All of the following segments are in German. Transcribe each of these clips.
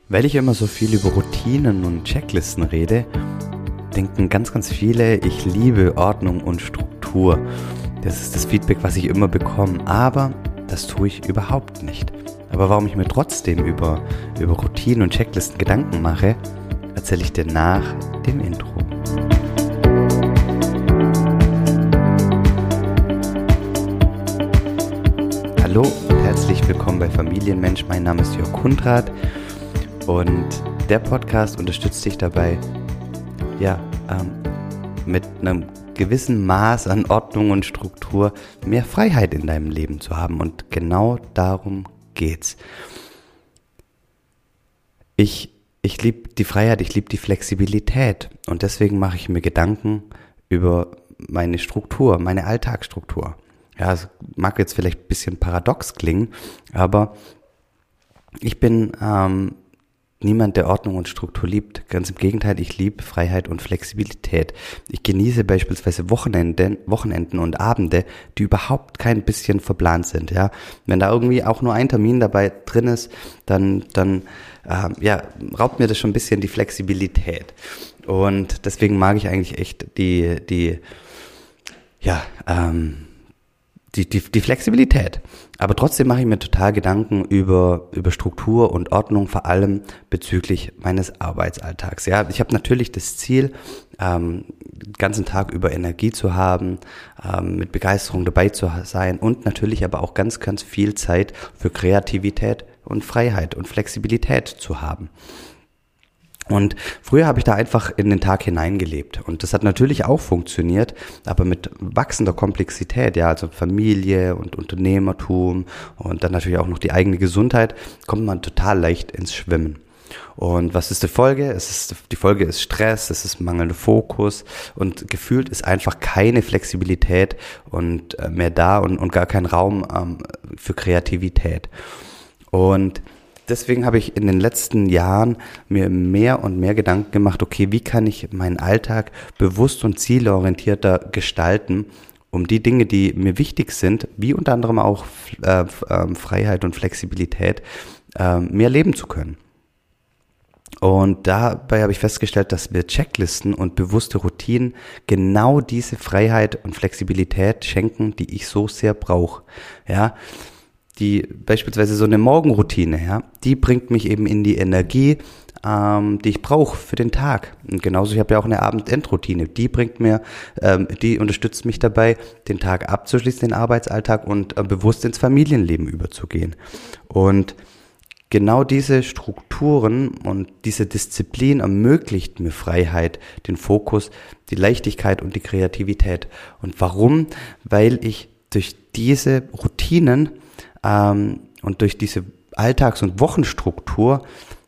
Weil ich immer so viel über Routinen und Checklisten rede, denken ganz viele, ich liebe Ordnung und Struktur. Das ist das Feedback, was ich immer bekomme, aber das tue ich überhaupt nicht. Aber warum ich mir trotzdem über Routinen und Checklisten Gedanken mache, erzähle ich dir nach dem Intro. Hallo und herzlich willkommen bei Familienmensch. Mein Name ist Jörg Kundrat und der Podcast unterstützt dich dabei, mit einem gewissen Maß an Ordnung und Struktur mehr Freiheit in deinem Leben zu haben. Und genau darum geht's. Ich liebe die Freiheit, ich liebe die Flexibilität und deswegen mache ich mir Gedanken über meine Struktur, meine Alltagsstruktur. Ja, es mag jetzt vielleicht ein bisschen paradox klingen, aber ich bin niemand, der Ordnung und Struktur liebt. Ganz im Gegenteil, ich liebe Freiheit und Flexibilität. Ich genieße beispielsweise Wochenenden und Abende, die überhaupt kein bisschen verplant sind. Ja, wenn da irgendwie auch nur ein Termin dabei drin ist, dann raubt mir das schon ein bisschen die Flexibilität. Und deswegen mag ich eigentlich echt die Flexibilität. Aber trotzdem mache ich mir total Gedanken über Struktur und Ordnung, vor allem bezüglich meines Arbeitsalltags. Ja, ich habe natürlich das Ziel, den ganzen Tag über Energie zu haben, mit Begeisterung dabei zu sein und natürlich aber auch ganz viel Zeit für Kreativität und Freiheit und Flexibilität zu haben. Und früher habe ich da einfach in den Tag hineingelebt und das hat natürlich auch funktioniert, aber mit wachsender Komplexität, ja, also Familie und Unternehmertum und dann natürlich auch noch die eigene Gesundheit, kommt man total leicht ins Schwimmen. Und was ist die Folge? Die Folge ist Stress, es ist mangelnder Fokus und gefühlt ist einfach keine Flexibilität und mehr da und gar kein Raum für Kreativität. Und deswegen habe ich in den letzten Jahren mir mehr und mehr Gedanken gemacht, okay, wie kann ich meinen Alltag bewusst und zielorientierter gestalten, um die Dinge, die mir wichtig sind, wie unter anderem auch Freiheit und Flexibilität, mehr leben zu können. Und dabei habe ich festgestellt, dass mir Checklisten und bewusste Routinen genau diese Freiheit und Flexibilität schenken, die ich so sehr brauche. Ja, die beispielsweise so eine Morgenroutine, ja, die bringt mich eben in die Energie, die ich brauche für den Tag. Und genauso, ich habe ja auch eine Abendendroutine, die unterstützt mich dabei, den Tag abzuschließen, den Arbeitsalltag und bewusst ins Familienleben überzugehen. Und genau diese Strukturen und diese Disziplin ermöglicht mir Freiheit, den Fokus, die Leichtigkeit und die Kreativität. Und warum? Weil ich durch diese Routinen und durch diese Alltags- und Wochenstruktur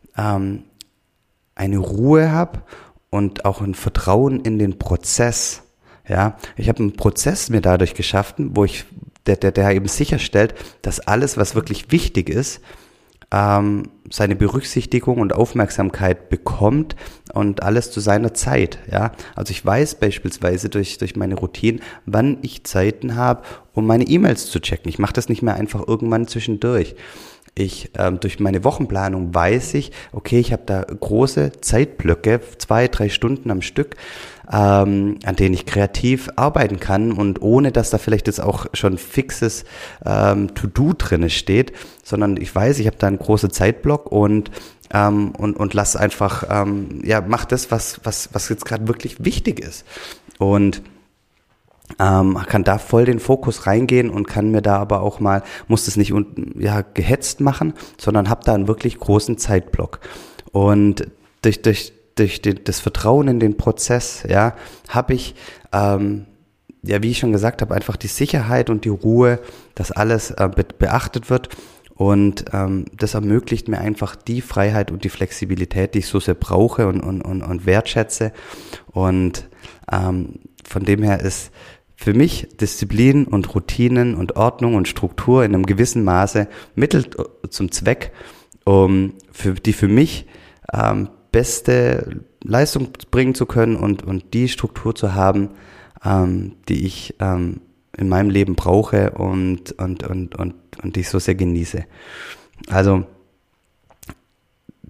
eine Ruhe habe und auch ein Vertrauen in den Prozess. Ja, ich habe einen Prozess mir dadurch geschaffen, wo der eben sicherstellt, dass alles, was wirklich wichtig ist, seine Berücksichtigung und Aufmerksamkeit bekommt und alles zu seiner Zeit. Ja, also ich weiß beispielsweise durch meine Routine, wann ich Zeiten habe, um meine E-Mails zu checken. Ich mache das nicht mehr einfach irgendwann zwischendurch. Durch meine Wochenplanung weiß ich, okay, ich habe da große Zeitblöcke, 2-3 Stunden am Stück, an denen ich kreativ arbeiten kann und ohne, dass da vielleicht jetzt auch schon fixes To-Do drinne steht, sondern ich weiß, ich habe da einen großen Zeitblock und lass einfach, mach das, was jetzt gerade wirklich wichtig ist. Und kann da voll den Fokus reingehen und kann mir da aber auch mal, muss das nicht gehetzt machen, sondern habe da einen wirklich großen Zeitblock. Und durch das Vertrauen in den Prozess, ja, habe ich, wie ich schon gesagt habe, einfach die Sicherheit und die Ruhe, dass alles beachtet wird. Und das ermöglicht mir einfach die Freiheit und die Flexibilität, die ich so sehr brauche und wertschätze. Und von dem her ist für mich Disziplin und Routinen und Ordnung und Struktur in einem gewissen Maße Mittel zum Zweck, um für mich beste Leistung bringen zu können und die Struktur zu haben, die ich in meinem Leben brauche und die ich so sehr genieße. Also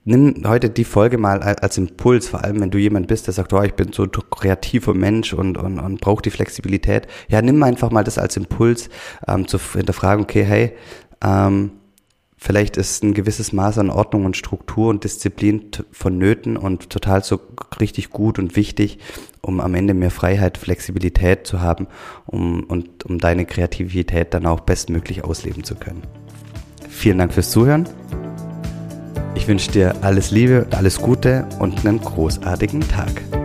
nimm heute die Folge mal als Impuls, vor allem wenn du jemand bist, der sagt, oh, ich bin so ein kreativer Mensch und brauche die Flexibilität. Ja, nimm einfach mal das als Impuls, zu hinterfragen, okay, hey, vielleicht ist ein gewisses Maß an Ordnung und Struktur und Disziplin vonnöten und total so richtig gut und wichtig, um am Ende mehr Freiheit, Flexibilität zu haben, um deine Kreativität dann auch bestmöglich ausleben zu können. Vielen Dank fürs Zuhören. Ich wünsche dir alles Liebe, alles Gute und einen großartigen Tag.